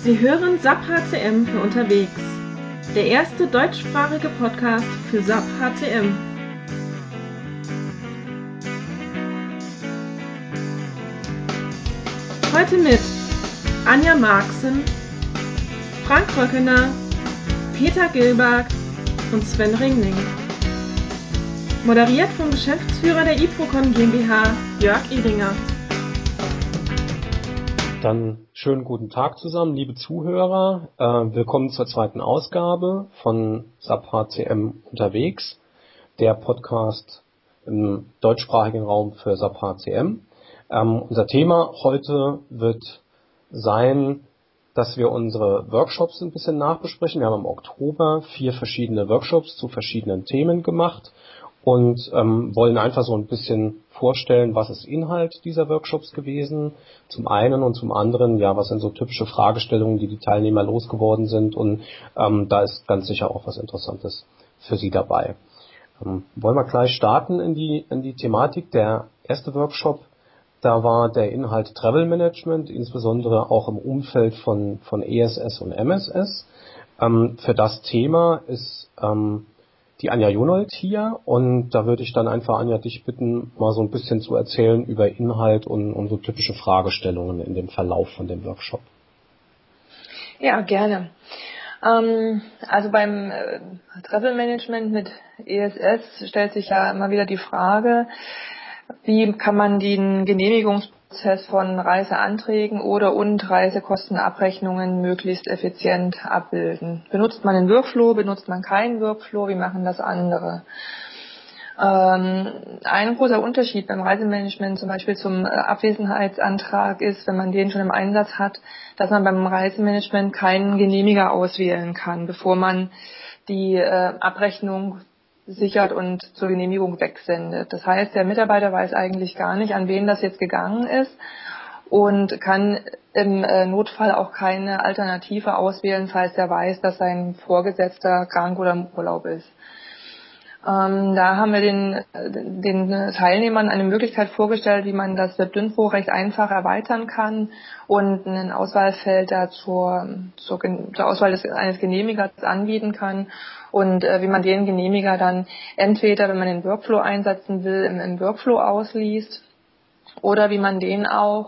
Sie hören SAP HCM für unterwegs, der erste deutschsprachige Podcast für SAP HCM. Heute mit Anja Marxen, Frank Röckener, Peter Gilbert und Sven Ringling. Moderiert vom Geschäftsführer der iProcon GmbH, Jörg Edinger. Dann schönen guten Tag zusammen, liebe Zuhörer. Willkommen zur zweiten Ausgabe von SAP HCM unterwegs, der Podcast im deutschsprachigen Raum für SAP HCM. Unser Thema heute wird sein, dass wir unsere Workshops ein bisschen nachbesprechen. Wir haben im Oktober 4 verschiedene Workshops zu verschiedenen Themen gemacht und wollen einfach so ein bisschen vorstellen, was ist Inhalt dieser Workshops gewesen, zum einen, und zum anderen, ja, was sind so typische Fragestellungen, die Teilnehmer losgeworden sind, und da ist ganz sicher auch was Interessantes für Sie dabei. Wollen wir gleich starten in die Thematik. Der erste Workshop, da war der Inhalt Travel Management, insbesondere auch im Umfeld von ESS und MSS. Für das Thema ist die Anja Jonold hier, und da würde ich dann einfach, Anja, dich bitten, mal so ein bisschen zu erzählen über Inhalt und so typische Fragestellungen in dem Verlauf von dem Workshop. Ja, gerne. Also beim Travel Management mit ESS stellt sich ja immer wieder die Frage, wie kann man den Genehmigungsprozess von Reiseanträgen und Reisekostenabrechnungen möglichst effizient abbilden? Benutzt man einen Workflow, benutzt man keinen Workflow, wie machen das andere? Ein großer Unterschied beim Reisemanagement zum Beispiel zum Abwesenheitsantrag ist, wenn man den schon im Einsatz hat, dass man beim Reisemanagement keinen Genehmiger auswählen kann, bevor man die Abrechnung sichert und zur Genehmigung wegsendet. Das heißt, der Mitarbeiter weiß eigentlich gar nicht, an wen das jetzt gegangen ist, und kann im Notfall auch keine Alternative auswählen, falls er weiß, dass sein Vorgesetzter krank oder im Urlaub ist. Da haben wir den Teilnehmern eine Möglichkeit vorgestellt, wie man das WebDynpro recht einfach erweitern kann und ein Auswahlfeld da zur Auswahl eines Genehmigers anbieten kann, und wie man den Genehmiger dann entweder, wenn man den Workflow einsetzen will, im Workflow ausliest, oder wie man den auch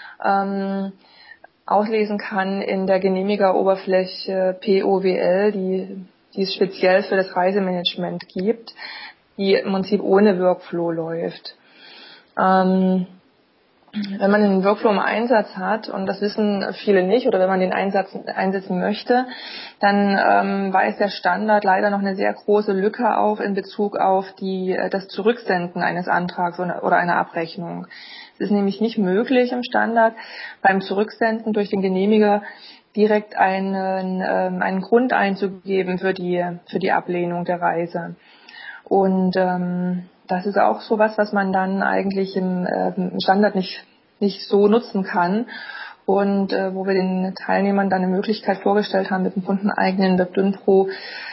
auslesen kann in der Genehmigeroberfläche POWL, die es speziell für das Reisemanagement gibt, die im Prinzip ohne Workflow läuft. Wenn man einen Workflow im Einsatz hat, und das wissen viele nicht, oder wenn man den einsetzen möchte, dann weist der Standard leider noch eine sehr große Lücke auf in Bezug auf das Zurücksenden eines Antrags oder einer Abrechnung. Es ist nämlich nicht möglich im Standard, beim Zurücksenden durch den Genehmiger direkt einen Grund einzugeben für die Ablehnung der Reise. Und das ist auch sowas, was man dann eigentlich im Standard nicht so nutzen kann, und wo wir den Teilnehmern dann eine Möglichkeit vorgestellt haben mit dem kundeneigenen WebDynpro,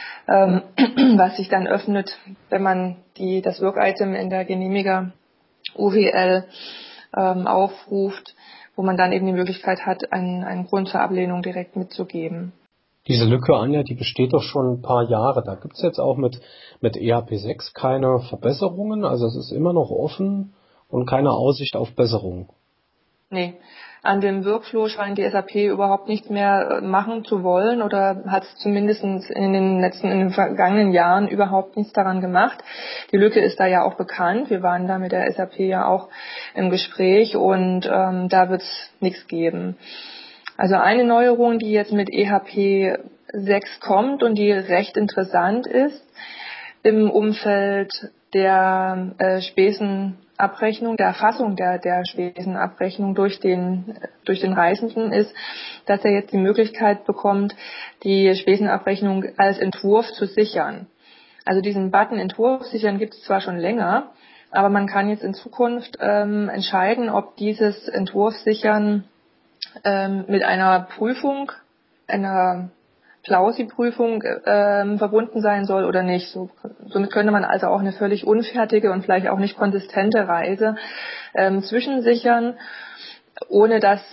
was sich dann öffnet, wenn man das Work-Item in der Genehmiger UWL aufruft, wo man dann eben die Möglichkeit hat, einen Grund zur Ablehnung direkt mitzugeben. Diese Lücke, Anja, die besteht doch schon ein paar Jahre. Da gibt es jetzt auch mit EHP 6 keine Verbesserungen. Also es ist immer noch offen und keine Aussicht auf Besserung. Nee, an dem Workflow scheint die SAP überhaupt nichts mehr machen zu wollen, oder hat zumindest in den vergangenen Jahren überhaupt nichts daran gemacht. Die Lücke ist da ja auch bekannt. Wir waren da mit der SAP ja auch im Gespräch, und da wird es nichts geben. Also eine Neuerung, die jetzt mit EHP 6 kommt und die recht interessant ist im Umfeld der Spesenabrechnung, der Erfassung der Spesenabrechnung durch den Reisenden, ist, dass er jetzt die Möglichkeit bekommt, die Spesenabrechnung als Entwurf zu sichern. Also diesen Button Entwurf sichern gibt es zwar schon länger, aber man kann jetzt in Zukunft entscheiden, ob dieses Entwurfsichern mit einer Prüfung, einer Klausi-Prüfung verbunden sein soll oder nicht. Somit könnte man also auch eine völlig unfertige und vielleicht auch nicht konsistente Reise zwischensichern, ohne dass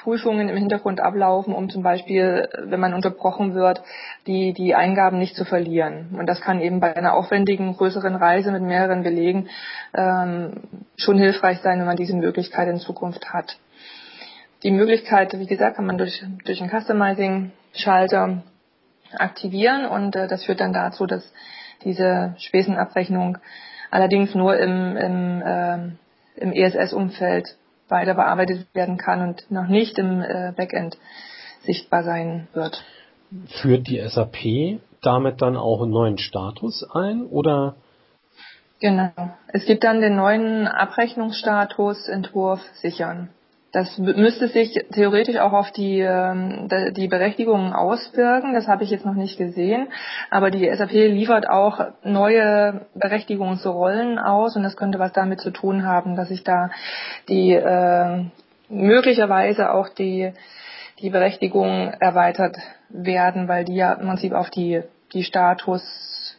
Prüfungen im Hintergrund ablaufen, um zum Beispiel, wenn man unterbrochen wird, die Eingaben nicht zu verlieren. Und das kann eben bei einer aufwendigen, größeren Reise mit mehreren Belegen schon hilfreich sein, wenn man diese Möglichkeit in Zukunft hat. Die Möglichkeit, wie gesagt, kann man durch einen Customizing-Schalter aktivieren und das führt dann dazu, dass diese Spesenabrechnung allerdings nur im ESS-Umfeld weiter bearbeitet werden kann und noch nicht im Backend sichtbar sein wird. Führt die SAP damit dann auch einen neuen Status ein, oder? Genau. Es gibt dann den neuen Abrechnungsstatusentwurf sichern. Das müsste sich theoretisch auch auf die Berechtigungen auswirken. Das habe ich jetzt noch nicht gesehen. Aber die SAP liefert auch neue Berechtigungsrollen aus und das könnte was damit zu tun haben, dass sich da die möglicherweise auch die Berechtigungen erweitert werden, weil die ja im Prinzip auf die Status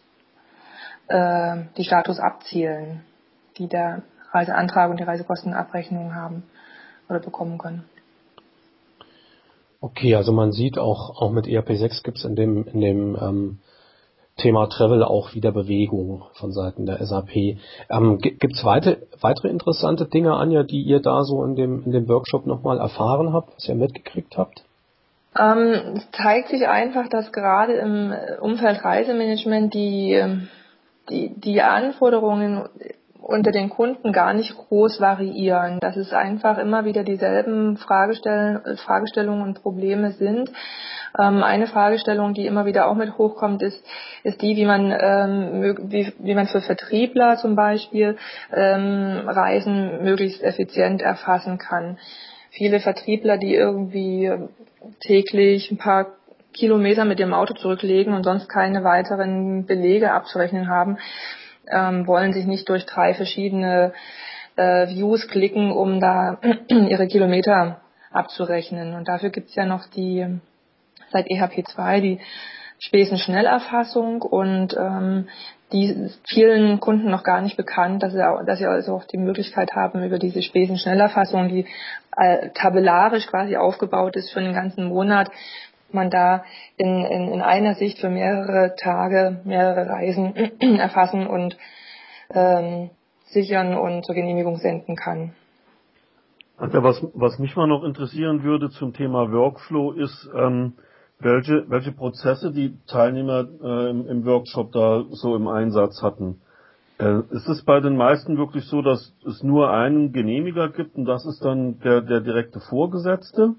abzielen, die der Reiseantrag und die Reisekostenabrechnung haben oder bekommen können. Okay, also man sieht auch mit ERP6 gibt es in dem Thema Travel auch wieder Bewegung von Seiten der SAP. Gibt es weitere interessante Dinge, Anja, die ihr da so in dem Workshop nochmal erfahren habt, was ihr mitgekriegt habt? Es zeigt sich einfach, dass gerade im Umfeld Reisemanagement die Anforderungen unter den Kunden gar nicht groß variieren. Dass es einfach immer wieder dieselben Fragestellungen und Probleme sind. Eine Fragestellung, die immer wieder auch mit hochkommt, ist die, wie man für Vertriebler zum Beispiel Reisen möglichst effizient erfassen kann. Viele Vertriebler, die irgendwie täglich ein paar Kilometer mit dem Auto zurücklegen und sonst keine weiteren Belege abzurechnen haben, wollen sich nicht durch 3 verschiedene Views klicken, um da ihre Kilometer abzurechnen. Und dafür gibt's ja noch seit EHP2 die Spesenschnellerfassung und die ist vielen Kunden noch gar nicht bekannt, dass sie also auch die Möglichkeit haben, über diese Spesenschnellerfassung, die tabellarisch quasi aufgebaut ist für den ganzen Monat, man da in einer Sicht für mehrere Tage, mehrere Reisen erfassen und sichern und zur Genehmigung senden kann. Ja, was mich mal noch interessieren würde zum Thema Workflow ist, welche Prozesse die Teilnehmer im Workshop da so im Einsatz hatten. Ist es bei den meisten wirklich so, dass es nur einen Genehmiger gibt und das ist dann der direkte Vorgesetzte?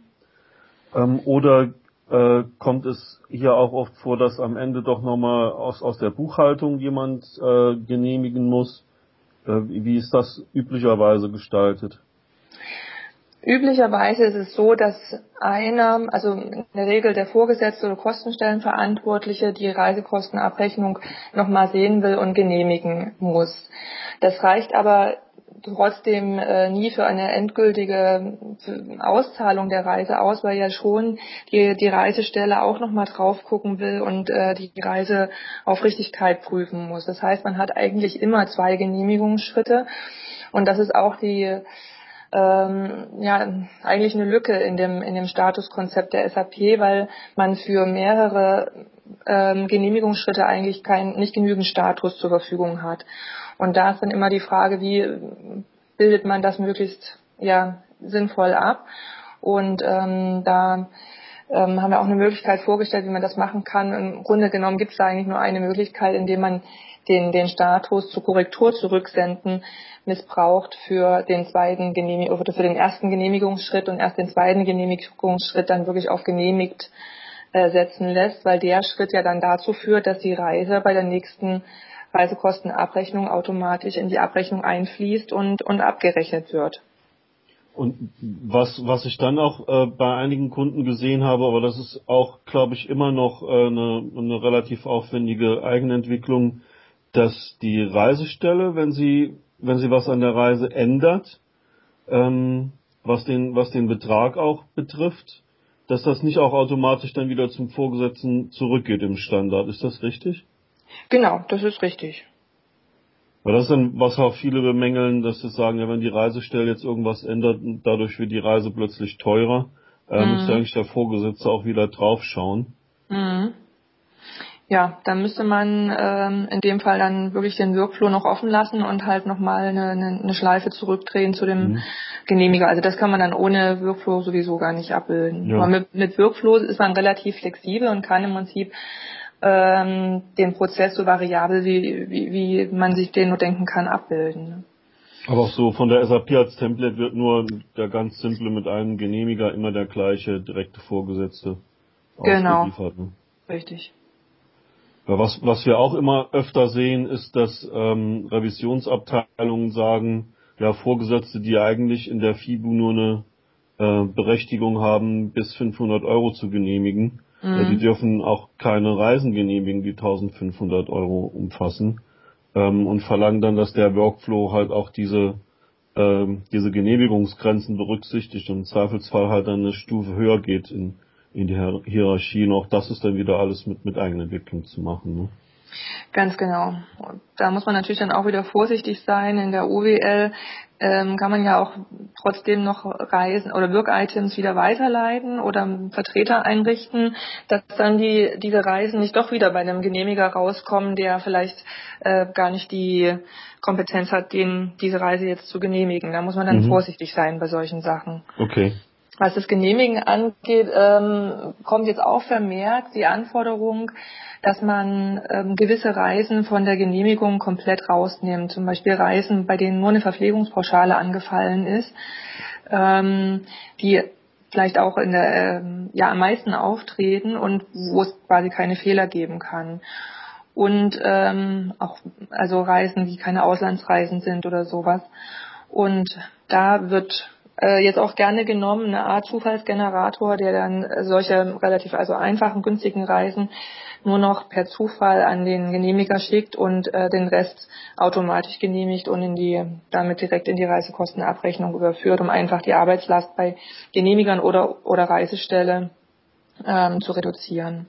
Oder kommt es hier auch oft vor, dass am Ende doch nochmal aus der Buchhaltung jemand genehmigen muss? Wie ist das üblicherweise gestaltet? Üblicherweise ist es so, dass also in der Regel der Vorgesetzte oder Kostenstellenverantwortliche, die Reisekostenabrechnung nochmal sehen will und genehmigen muss. Das reicht aber trotzdem nie für eine endgültige Auszahlung der Reise aus, weil ja schon die Reisestelle auch nochmal drauf gucken will und die Reiseaufrichtigkeit prüfen muss. Das heißt, man hat eigentlich immer 2 Genehmigungsschritte und das ist auch eigentlich eine Lücke in dem Statuskonzept der SAP, weil man für mehrere Genehmigungsschritte eigentlich nicht genügend Status zur Verfügung hat. Und da ist dann immer die Frage, wie bildet man das möglichst sinnvoll ab? Und da haben wir auch eine Möglichkeit vorgestellt, wie man das machen kann. Im Grunde genommen gibt es da eigentlich nur eine Möglichkeit, indem man den Status zur Korrektur zurücksenden missbraucht für den für den ersten Genehmigungsschritt und erst den zweiten Genehmigungsschritt dann wirklich auf genehmigt setzen lässt, weil der Schritt ja dann dazu führt, dass die Reise bei der nächsten Reisekostenabrechnung automatisch in die Abrechnung einfließt und abgerechnet wird. Und was ich dann auch bei einigen Kunden gesehen habe, aber das ist auch, glaube ich, immer noch eine relativ aufwendige Eigenentwicklung, dass die Reisestelle, wenn sie was an der Reise ändert, was den Betrag auch betrifft, dass das nicht auch automatisch dann wieder zum Vorgesetzten zurückgeht im Standard. Ist das richtig? Genau, das ist richtig. Weil das ist dann, was auch viele bemängeln, dass sie sagen, ja, wenn die Reisestelle jetzt irgendwas ändert, dadurch wird die Reise plötzlich teurer. müsste eigentlich der Vorgesetzte auch wieder draufschauen. Ja, dann müsste man in dem Fall dann wirklich den Workflow noch offen lassen und halt nochmal eine Schleife zurückdrehen zu dem Genehmiger. Also das kann man dann ohne Workflow sowieso gar nicht abbilden. Ja. Aber mit Workflow ist man relativ flexibel und kann im Prinzip den Prozess so variabel, wie man sich den nur denken kann, abbilden. Aber auch so von der SAP als Template wird nur der ganz simple mit einem Genehmiger immer der gleiche direkte Vorgesetzte ausgeliefert. Ne? Richtig. Ja, was wir auch immer öfter sehen, ist, dass Revisionsabteilungen sagen, ja, Vorgesetzte, die eigentlich in der FIBU nur eine Berechtigung haben, bis 500 € zu genehmigen, die dürfen auch keine Reisen genehmigen, die 1500 € umfassen, und verlangen dann, dass der Workflow halt auch diese Genehmigungsgrenzen berücksichtigt und im Zweifelsfall halt dann eine Stufe höher geht in die Hierarchie. Und auch das ist dann wieder alles mit Eigenentwicklung zu machen. Ne? Ganz genau. Und da muss man natürlich dann auch wieder vorsichtig sein. In der OWL kann man ja auch trotzdem noch Reisen oder Work-Items wieder weiterleiten oder Vertreter einrichten, dass dann diese Reisen nicht doch wieder bei einem Genehmiger rauskommen, der vielleicht gar nicht die Kompetenz hat, diese Reise jetzt zu genehmigen. Da muss man dann vorsichtig sein bei solchen Sachen. Okay. Was das Genehmigen angeht, kommt jetzt auch vermehrt die Anforderung, dass man gewisse Reisen von der Genehmigung komplett rausnimmt. Zum Beispiel Reisen, bei denen nur eine Verpflegungspauschale angefallen ist, die vielleicht auch am meisten auftreten und wo es quasi keine Fehler geben kann. Und auch also Reisen, die keine Auslandsreisen sind oder sowas. Und da wird jetzt auch gerne genommen, eine Art Zufallsgenerator, der dann solche relativ einfachen, günstigen Reisen nur noch per Zufall an den Genehmiger schickt und den Rest automatisch genehmigt und damit direkt in die Reisekostenabrechnung überführt, um einfach die Arbeitslast bei Genehmigern oder Reisestelle zu reduzieren.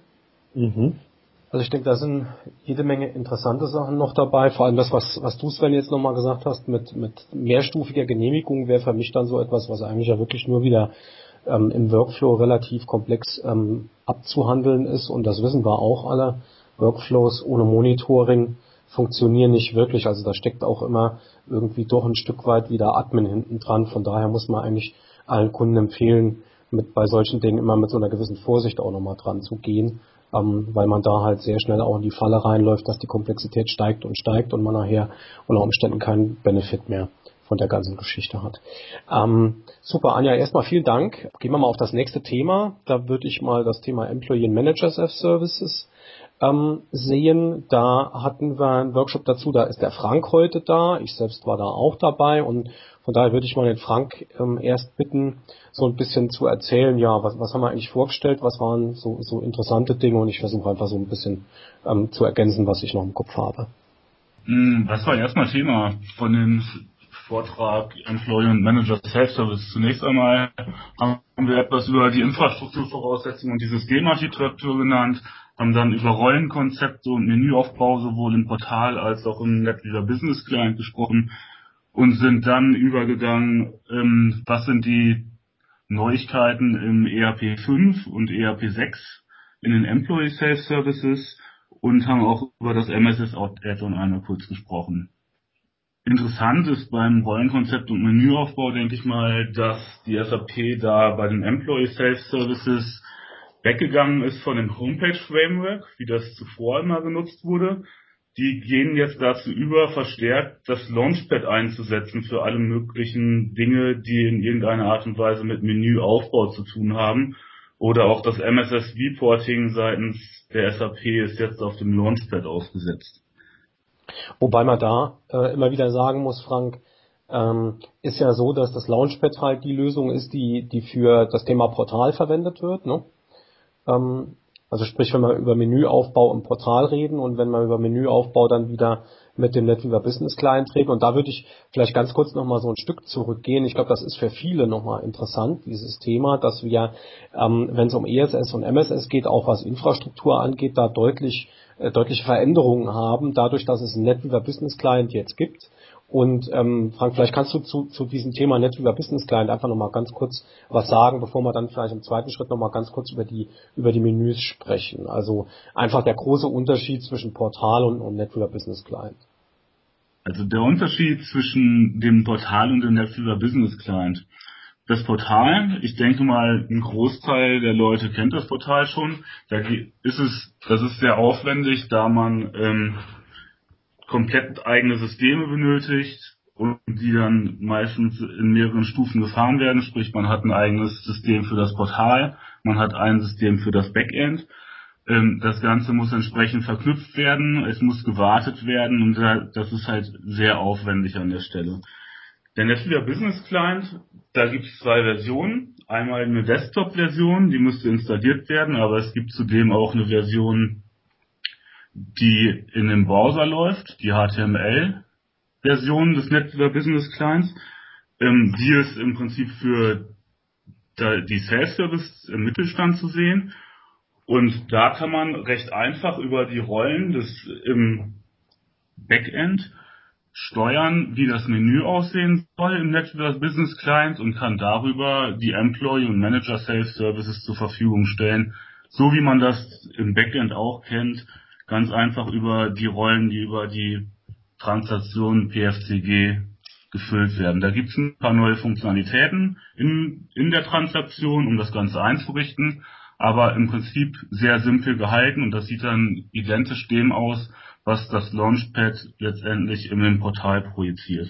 Also ich denke, da sind jede Menge interessante Sachen noch dabei. Vor allem das, was du, Sven, jetzt nochmal gesagt hast, mit mehrstufiger Genehmigung wäre für mich dann so etwas, was eigentlich ja wirklich nur wieder im Workflow relativ komplex abzuhandeln ist. Und das wissen wir auch alle. Workflows ohne Monitoring funktionieren nicht wirklich. Also da steckt auch immer irgendwie doch ein Stück weit wieder Admin hinten dran. Von daher muss man eigentlich allen Kunden empfehlen, bei solchen Dingen immer mit so einer gewissen Vorsicht auch nochmal dran zu gehen. Weil man da halt sehr schnell auch in die Falle reinläuft, dass die Komplexität steigt und man nachher unter Umständen keinen Benefit mehr von der ganzen Geschichte hat. Super, Anja, erstmal vielen Dank. Gehen wir mal auf das nächste Thema. Da würde ich mal das Thema Employee and Manager Self-Services sehen. Da hatten wir einen Workshop dazu, da ist der Frank heute da. Ich selbst war da auch dabei und von daher würde ich mal den Frank erst bitten, so ein bisschen zu erzählen, ja, was haben wir eigentlich vorgestellt, was waren so interessante Dinge und ich versuche einfach so ein bisschen zu ergänzen, was ich noch im Kopf habe. Was war erstmal Thema von dem Vortrag Employee und Manager Self-Service? Zunächst einmal haben wir etwas über die Infrastrukturvoraussetzungen und die Systemarchitektur genannt, haben dann über Rollenkonzepte und Menüaufbau sowohl im Portal als auch im NetWeaver Business Client gesprochen und sind dann übergegangen, was sind die Neuigkeiten im ERP 5 und ERP 6 in den Employee Self-Services und haben auch über das MSS Add-on einmal kurz gesprochen. Interessant ist beim Rollenkonzept und Menüaufbau, denke ich mal, dass die SAP da bei den Employee Self-Services weggegangen ist von dem Homepage-Framework, wie das zuvor immer genutzt wurde. Die gehen jetzt dazu über, verstärkt das Launchpad einzusetzen für alle möglichen Dinge, die in irgendeiner Art und Weise mit Menüaufbau zu tun haben. Oder auch das MSS Reporting seitens der SAP ist jetzt auf dem Launchpad ausgesetzt. Wobei man da immer wieder sagen muss, Frank, ist ja so, dass das Launchpad halt die Lösung ist, die für das Thema Portal verwendet wird, ne? Also sprich, wenn wir über Menüaufbau im Portal reden und wenn wir über Menüaufbau dann wieder mit dem NetWeaver Business Client reden. Und da würde ich vielleicht ganz kurz nochmal so ein Stück zurückgehen. Ich glaube, das ist für viele nochmal interessant, dieses Thema, dass wir, wenn es um ESS und MSS geht, auch was Infrastruktur angeht, da deutliche Veränderungen haben, dadurch, dass es einen NetWeaver Business Client jetzt gibt Und Frank, vielleicht kannst du zu diesem Thema NetWeaver Business Client einfach nochmal ganz kurz was sagen, bevor wir dann vielleicht im zweiten Schritt nochmal ganz kurz über die Menüs sprechen. Also einfach der große Unterschied zwischen Portal und NetWeaver Business Client. Also der Unterschied zwischen dem Portal und dem NetWeaver Business Client. Das Portal, ich denke mal, ein Großteil der Leute kennt das Portal schon. Das ist sehr aufwendig, da man komplett eigene Systeme benötigt und die dann meistens in mehreren Stufen gefahren werden. Sprich, man hat ein eigenes System für das Portal, man hat ein System für das Backend. Das Ganze muss entsprechend verknüpft werden, es muss gewartet werden und das ist halt sehr aufwendig an der Stelle. Der NetWeaver Business Client, da gibt es 2 Versionen. Einmal eine Desktop-Version, die müsste installiert werden, aber es gibt zudem auch eine Version, die in dem Browser läuft, die HTML-Version des NetWeaver Business Clients. Die ist im Prinzip für die Self-Service im Mittelstand zu sehen. Und da kann man recht einfach über die Rollen im Backend steuern, wie das Menü aussehen soll im NetWeaver Business Client und kann darüber die Employee und Manager Self-Services zur Verfügung stellen, so wie man das im Backend auch kennt, ganz einfach über die Rollen, die über die Transaktion PFCG gefüllt werden. Da gibt es ein paar neue Funktionalitäten in der Transaktion, um das Ganze einzurichten, aber im Prinzip sehr simpel gehalten und das sieht dann identisch dem aus, was das Launchpad letztendlich in dem Portal projiziert.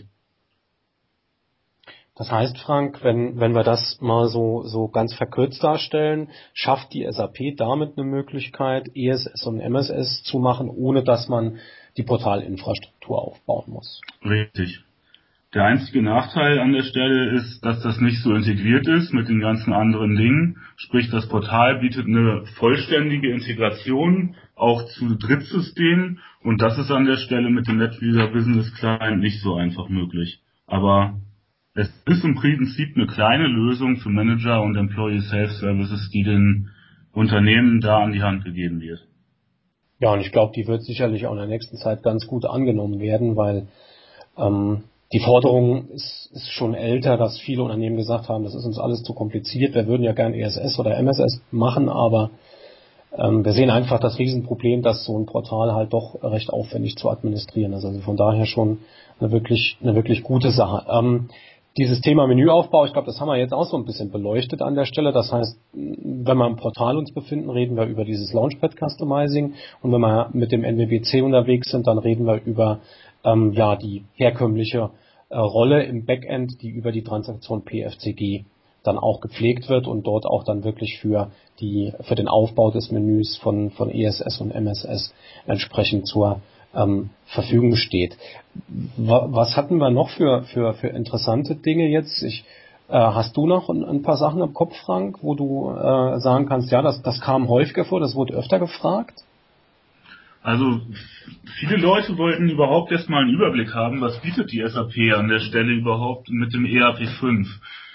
Das heißt, Frank, wenn wir das mal so ganz verkürzt darstellen, schafft die SAP damit eine Möglichkeit, ESS und MSS zu machen, ohne dass man die Portalinfrastruktur aufbauen muss. Richtig. Der einzige Nachteil an der Stelle ist, dass das nicht so integriert ist mit den ganzen anderen Dingen. Sprich, das Portal bietet eine vollständige Integration auch zu Drittsystemen und das ist an der Stelle mit dem NetWeaver Business Client nicht so einfach möglich. Aber es ist im Prinzip eine kleine Lösung für Manager und Employee Self-Services, die den Unternehmen da an die Hand gegeben wird. Ja, und ich glaube, die wird sicherlich auch in der nächsten Zeit ganz gut angenommen werden, weil die Forderung ist schon älter, dass viele Unternehmen gesagt haben, das ist uns alles zu kompliziert, wir würden ja gern ESS oder MSS machen, aber wir sehen einfach das Riesenproblem, dass so ein Portal halt doch recht aufwendig zu administrieren ist. Also von daher schon eine wirklich gute Sache. Dieses Thema Menüaufbau, ich glaube, das haben wir jetzt auch so ein bisschen beleuchtet an der Stelle. Das heißt, wenn wir im Portal uns befinden, reden wir über dieses Launchpad Customizing und wenn wir mit dem NWBC unterwegs sind, dann reden wir über die herkömmliche Rolle im Backend, die über die Transaktion PFCG dann auch gepflegt wird und dort auch dann wirklich für den Aufbau des Menüs von ESS und MSS entsprechend zur Verfügung steht. Was hatten wir noch für interessante Dinge jetzt? Hast du noch ein paar Sachen im Kopf, Frank, wo du sagen kannst, ja, das kam häufiger vor, das wurde öfter gefragt? Also viele Leute wollten überhaupt erstmal einen Überblick haben, was bietet die SAP an der Stelle überhaupt mit dem ERP 5.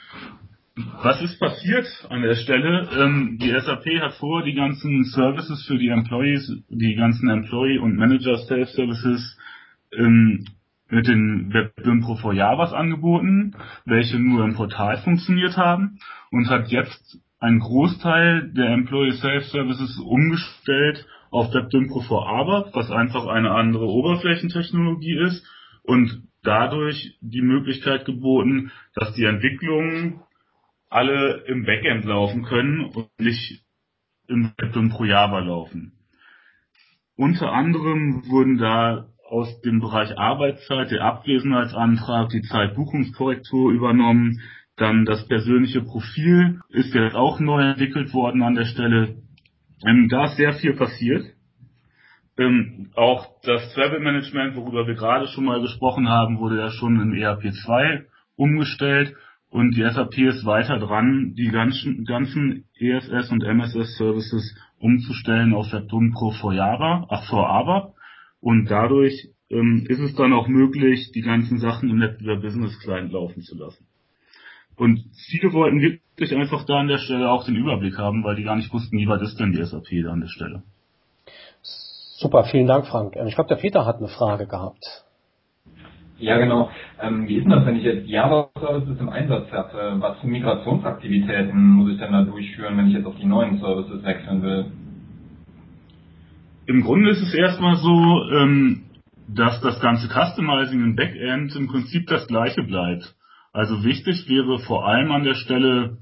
Was ist passiert an der Stelle? Die SAP hat vor, die ganzen Services für die Employees, die ganzen Employee- und Manager-Self-Services mit den WebWinPro for Javas angeboten, welche nur im Portal funktioniert haben und hat jetzt einen Großteil der Employee Self-Services umgestellt auf WebWinPro for ABAP, was einfach eine andere Oberflächentechnologie ist und dadurch die Möglichkeit geboten, dass die Entwicklungen alle im Backend laufen können und nicht im WebWinPro Java laufen. Unter anderem wurden da aus dem Bereich Arbeitszeit der Abwesenheitsantrag, die Zeitbuchungskorrektur übernommen, dann das persönliche Profil ist jetzt auch neu entwickelt worden an der Stelle. Da ist sehr viel passiert. Auch das Travel Management, worüber wir gerade schon mal gesprochen haben, wurde ja schon in ERP 2 umgestellt und die SAP ist weiter dran, die ganzen ESS und MSS Services umzustellen auf WebWinPro for ABAP und dadurch ist es dann auch möglich, die ganzen Sachen im NetWeaver Business Client laufen zu lassen. Und viele wollten wirklich einfach da an der Stelle auch den Überblick haben, weil die gar nicht wussten, wie weit ist denn die SAP da an der Stelle. Super, vielen Dank, Frank. Ich glaube, der Peter hat eine Frage gehabt. Ja, genau. Wie ist denn das, wenn ich jetzt Java-Services im Einsatz habe? Was für Migrationsaktivitäten muss ich denn da durchführen, wenn ich jetzt auf die neuen Services wechseln will? Im Grunde ist es erstmal so, dass das ganze Customizing im Backend im Prinzip das gleiche bleibt. Also wichtig wäre vor allem an der Stelle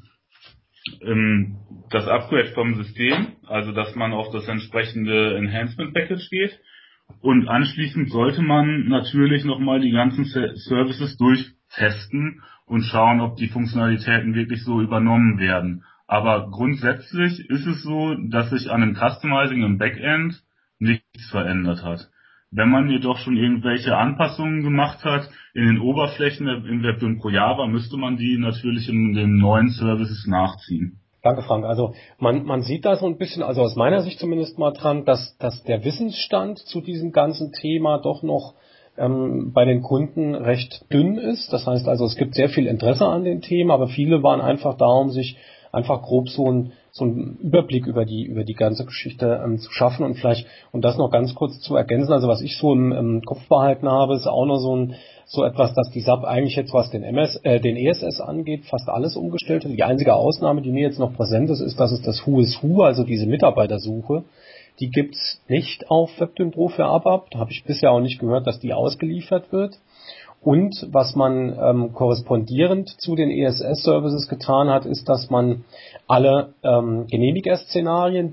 das Upgrade vom System, also dass man auf das entsprechende Enhancement Package geht. Und anschließend sollte man natürlich nochmal die ganzen Services durchtesten und schauen, ob die Funktionalitäten wirklich so übernommen werden. Aber grundsätzlich ist es so, dass sich an dem Customizing im Backend nichts verändert hat. Wenn man jedoch schon irgendwelche Anpassungen gemacht hat in den Oberflächen in Web und Pro Java, müsste man die natürlich in den neuen Services nachziehen. Danke, Frank. Also man sieht da so ein bisschen, also aus meiner Sicht zumindest mal dran, dass der Wissensstand zu diesem ganzen Thema doch noch bei den Kunden recht dünn ist. Das heißt also, es gibt sehr viel Interesse an den Themen, aber viele waren einfach da, um sich einfach grob so einen Überblick über die ganze Geschichte zu schaffen und vielleicht, um das noch ganz kurz zu ergänzen, also was ich so im Kopf behalten habe, ist auch noch so etwas, dass die SAP eigentlich jetzt, was den ESS angeht, fast alles umgestellt hat. Die einzige Ausnahme, die mir jetzt noch präsent ist, dass es das Who is Who, also diese Mitarbeitersuche, die gibt's nicht auf WebDyn Pro für ABAP. Da habe ich bisher auch nicht gehört, dass die ausgeliefert wird. Und was man korrespondierend zu den ESS-Services getan hat, ist, dass man alle Genehmiger-Szenarien,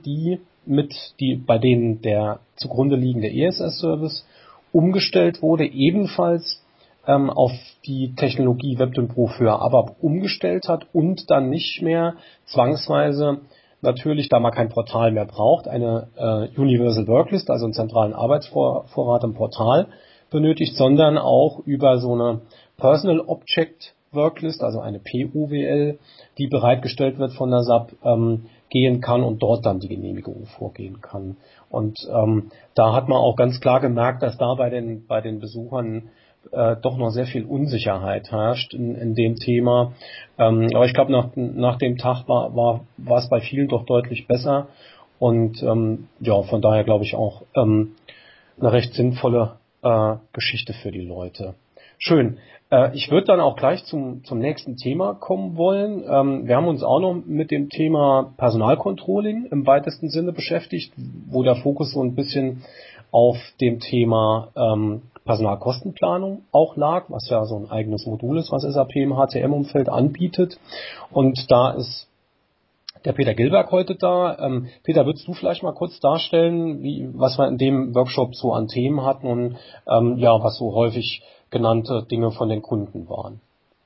bei denen der zugrunde liegende ESS-Service umgestellt wurde, ebenfalls auf die Technologie WebDyn Pro für ABAP umgestellt hat und dann nicht mehr zwangsweise natürlich, da man kein Portal mehr braucht, eine Universal Worklist, also einen zentralen Arbeitsvorrat im Portal benötigt, sondern auch über so eine Personal Object Worklist, also eine POWL, die bereitgestellt wird von der SAP, gehen kann und dort dann die Genehmigung vorgehen kann. Und da hat man auch ganz klar gemerkt, dass da bei den Besuchern doch noch sehr viel Unsicherheit herrscht in dem Thema. Aber ich glaube, nach dem Tag war es bei vielen doch deutlich besser. Und von daher glaube ich auch eine recht sinnvolle Geschichte für die Leute. Schön. Ich würde dann auch gleich zum nächsten Thema kommen wollen. Wir haben uns auch noch mit dem Thema Personalcontrolling im weitesten Sinne beschäftigt, wo der Fokus so ein bisschen auf dem Thema Personalkostenplanung auch lag, was ja so ein eigenes Modul ist, was SAP im HCM-Umfeld anbietet. Und da ist der Peter Gilberg heute da. Peter, würdest du vielleicht mal kurz darstellen, was wir in dem Workshop so an Themen hatten und was so häufig genannte Dinge von den Kunden waren?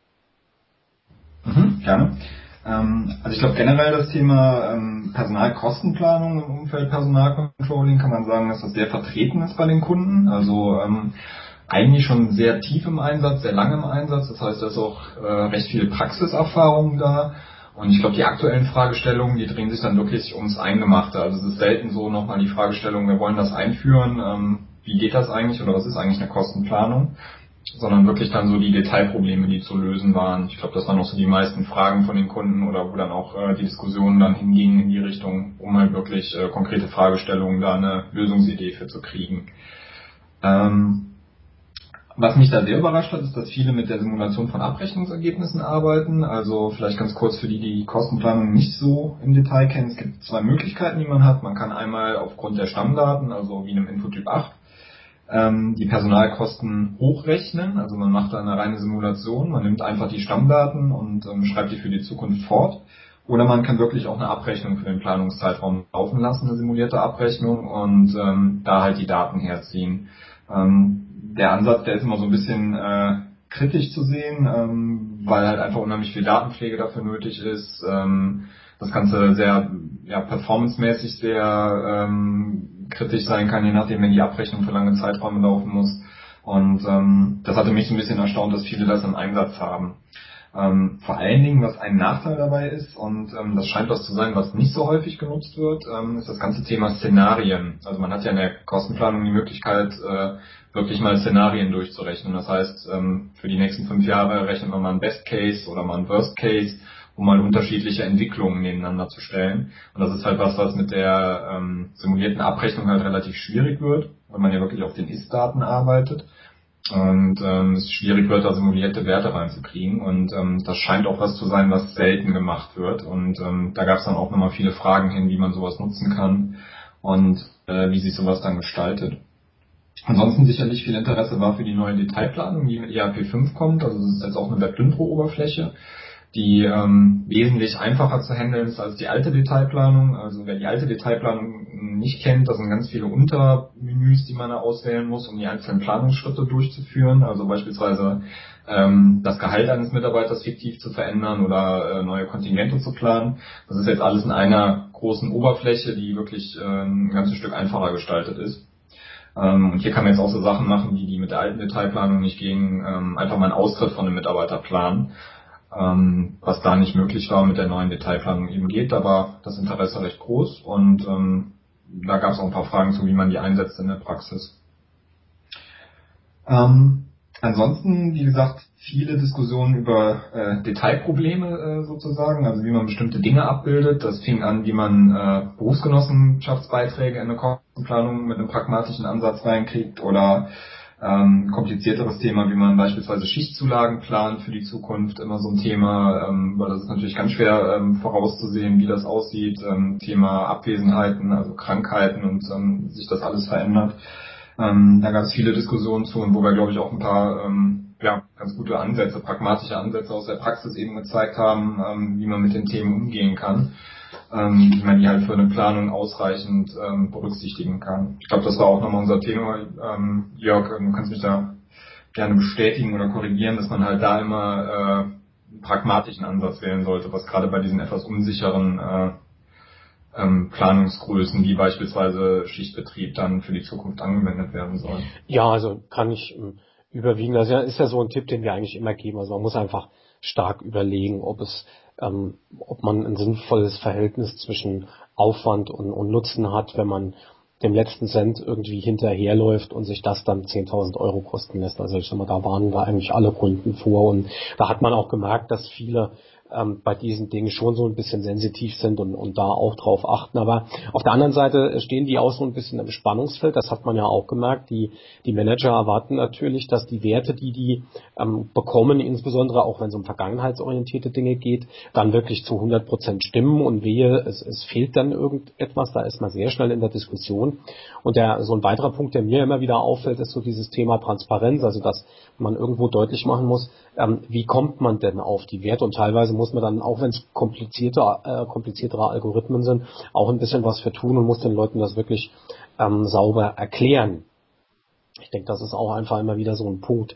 Gerne. Also ich glaube generell das Thema Personalkostenplanung im Umfeld Personalcontrolling kann man sagen, dass das sehr vertreten ist bei den Kunden. Also eigentlich schon sehr tief im Einsatz, sehr lange im Einsatz. Das heißt, da ist auch recht viel Praxiserfahrung da. Und ich glaube, die aktuellen Fragestellungen, die drehen sich dann wirklich ums Eingemachte. Also es ist selten so nochmal die Fragestellung, wir wollen das einführen, wie geht das eigentlich oder was ist eigentlich eine Kostenplanung, sondern wirklich dann so die Detailprobleme, die zu lösen waren. Ich glaube, das waren auch so die meisten Fragen von den Kunden oder wo dann auch die Diskussionen dann hingingen in die Richtung, um halt wirklich konkrete Fragestellungen da eine Lösungsidee für zu kriegen. Was mich da sehr überrascht hat, ist, dass viele mit der Simulation von Abrechnungsergebnissen arbeiten. Also vielleicht ganz kurz für die Kostenplanung nicht so im Detail kennen. Es gibt zwei Möglichkeiten, die man hat. Man kann einmal aufgrund der Stammdaten, also wie in einem Infotyp 8, die Personalkosten hochrechnen. Also man macht da eine reine Simulation. Man nimmt einfach die Stammdaten und schreibt die für die Zukunft fort. Oder man kann wirklich auch eine Abrechnung für den Planungszeitraum laufen lassen, eine simulierte Abrechnung, und da halt die Daten herziehen. Der Ansatz, der ist immer so ein bisschen kritisch zu sehen, weil halt einfach unheimlich viel Datenpflege dafür nötig ist. Das Ganze sehr performancemäßig sehr kritisch sein kann, je nachdem, wenn die Abrechnung für lange Zeiträume laufen muss. Und das hatte mich so ein bisschen erstaunt, dass viele das im Einsatz haben. Vor allen Dingen, was ein Nachteil dabei ist, und das scheint was zu sein, was nicht so häufig genutzt wird, ist das ganze Thema Szenarien. Also man hat ja in der Kostenplanung die Möglichkeit, wirklich mal Szenarien durchzurechnen. Das heißt, für die nächsten 5 Jahre rechnet man mal einen Best Case oder mal einen Worst Case, um mal unterschiedliche Entwicklungen nebeneinander zu stellen. Und das ist halt was mit der simulierten Abrechnung halt relativ schwierig wird, weil man ja wirklich auf den Ist-Daten arbeitet. und es schwierig wird, da simulierte Werte reinzukriegen. Und das scheint auch was zu sein, was selten gemacht wird. Und da gab es dann auch nochmal viele Fragen hin, wie man sowas nutzen kann und wie sich sowas dann gestaltet. Ansonsten sicherlich viel Interesse war für die neue Detailplanung, die mit ERP5 kommt. Also das ist jetzt auch eine WebDynpro-Oberfläche, die wesentlich einfacher zu handeln ist als die alte Detailplanung. Also wer die alte Detailplanung nicht kennt, das sind ganz viele Untermenüs, die man da auswählen muss, um die einzelnen Planungsschritte durchzuführen. Also beispielsweise das Gehalt eines Mitarbeiters fiktiv zu verändern oder neue Kontingente zu planen. Das ist jetzt alles in einer großen Oberfläche, die wirklich ein ganzes Stück einfacher gestaltet ist. Und hier kann man jetzt auch so Sachen machen, die mit der alten Detailplanung nicht gingen, einfach mal einen Austritt von einem Mitarbeiter planen. Was da nicht möglich war mit der neuen Detailplanung eben geht, da war das Interesse recht groß und da gab es auch ein paar Fragen zu, wie man die einsetzt in der Praxis. Ansonsten, wie gesagt, viele Diskussionen über Detailprobleme sozusagen, also wie man bestimmte Dinge abbildet. Das fing an, wie man Berufsgenossenschaftsbeiträge in eine Kostenplanung mit einem pragmatischen Ansatz reinkriegt oder komplizierteres Thema, wie man beispielsweise Schichtzulagen plant für die Zukunft, immer so ein Thema, weil das ist natürlich ganz schwer vorauszusehen, wie das aussieht. Thema Abwesenheiten, also Krankheiten und sich das alles verändert. Da gab es viele Diskussionen zu und wo wir, glaube ich, auch ein paar ganz gute Ansätze, pragmatische Ansätze aus der Praxis eben gezeigt haben, wie man mit den Themen umgehen kann, wie man die halt für eine Planung ausreichend berücksichtigen kann. Ich glaube, das war auch nochmal unser Thema. Jörg, du kannst mich da gerne bestätigen oder korrigieren, dass man halt da immer einen pragmatischen Ansatz wählen sollte, was gerade bei diesen etwas unsicheren Planungsgrößen, wie beispielsweise Schichtbetrieb, dann für die Zukunft angewendet werden sollen. Ja, also kann ich überwiegen. Das ist ja so ein Tipp, den wir eigentlich immer geben. Also man muss einfach stark überlegen, ob man ein sinnvolles Verhältnis zwischen Aufwand und Nutzen hat, wenn man dem letzten Cent irgendwie hinterherläuft und sich das dann 10.000 Euro kosten lässt. Also ich sag mal, da warnen wir eigentlich alle Kunden vor und da hat man auch gemerkt, dass viele bei diesen Dingen schon so ein bisschen sensitiv sind und da auch drauf achten. Aber auf der anderen Seite stehen die auch so ein bisschen im Spannungsfeld. Das hat man ja auch gemerkt. Die Manager erwarten natürlich, dass die Werte, die bekommen, insbesondere auch wenn es um vergangenheitsorientierte Dinge geht, dann wirklich zu 100% stimmen und wehe, es fehlt dann irgendetwas. Da ist man sehr schnell in der Diskussion. Und so ein weiterer Punkt, der mir immer wieder auffällt, ist so dieses Thema Transparenz. Also dass man irgendwo deutlich machen muss, wie kommt man denn auf die Werte? Und teilweise muss man dann, auch wenn es kompliziertere Algorithmen sind, auch ein bisschen was für tun und muss den Leuten das wirklich sauber erklären. Ich denke, das ist auch einfach immer wieder so ein Punkt,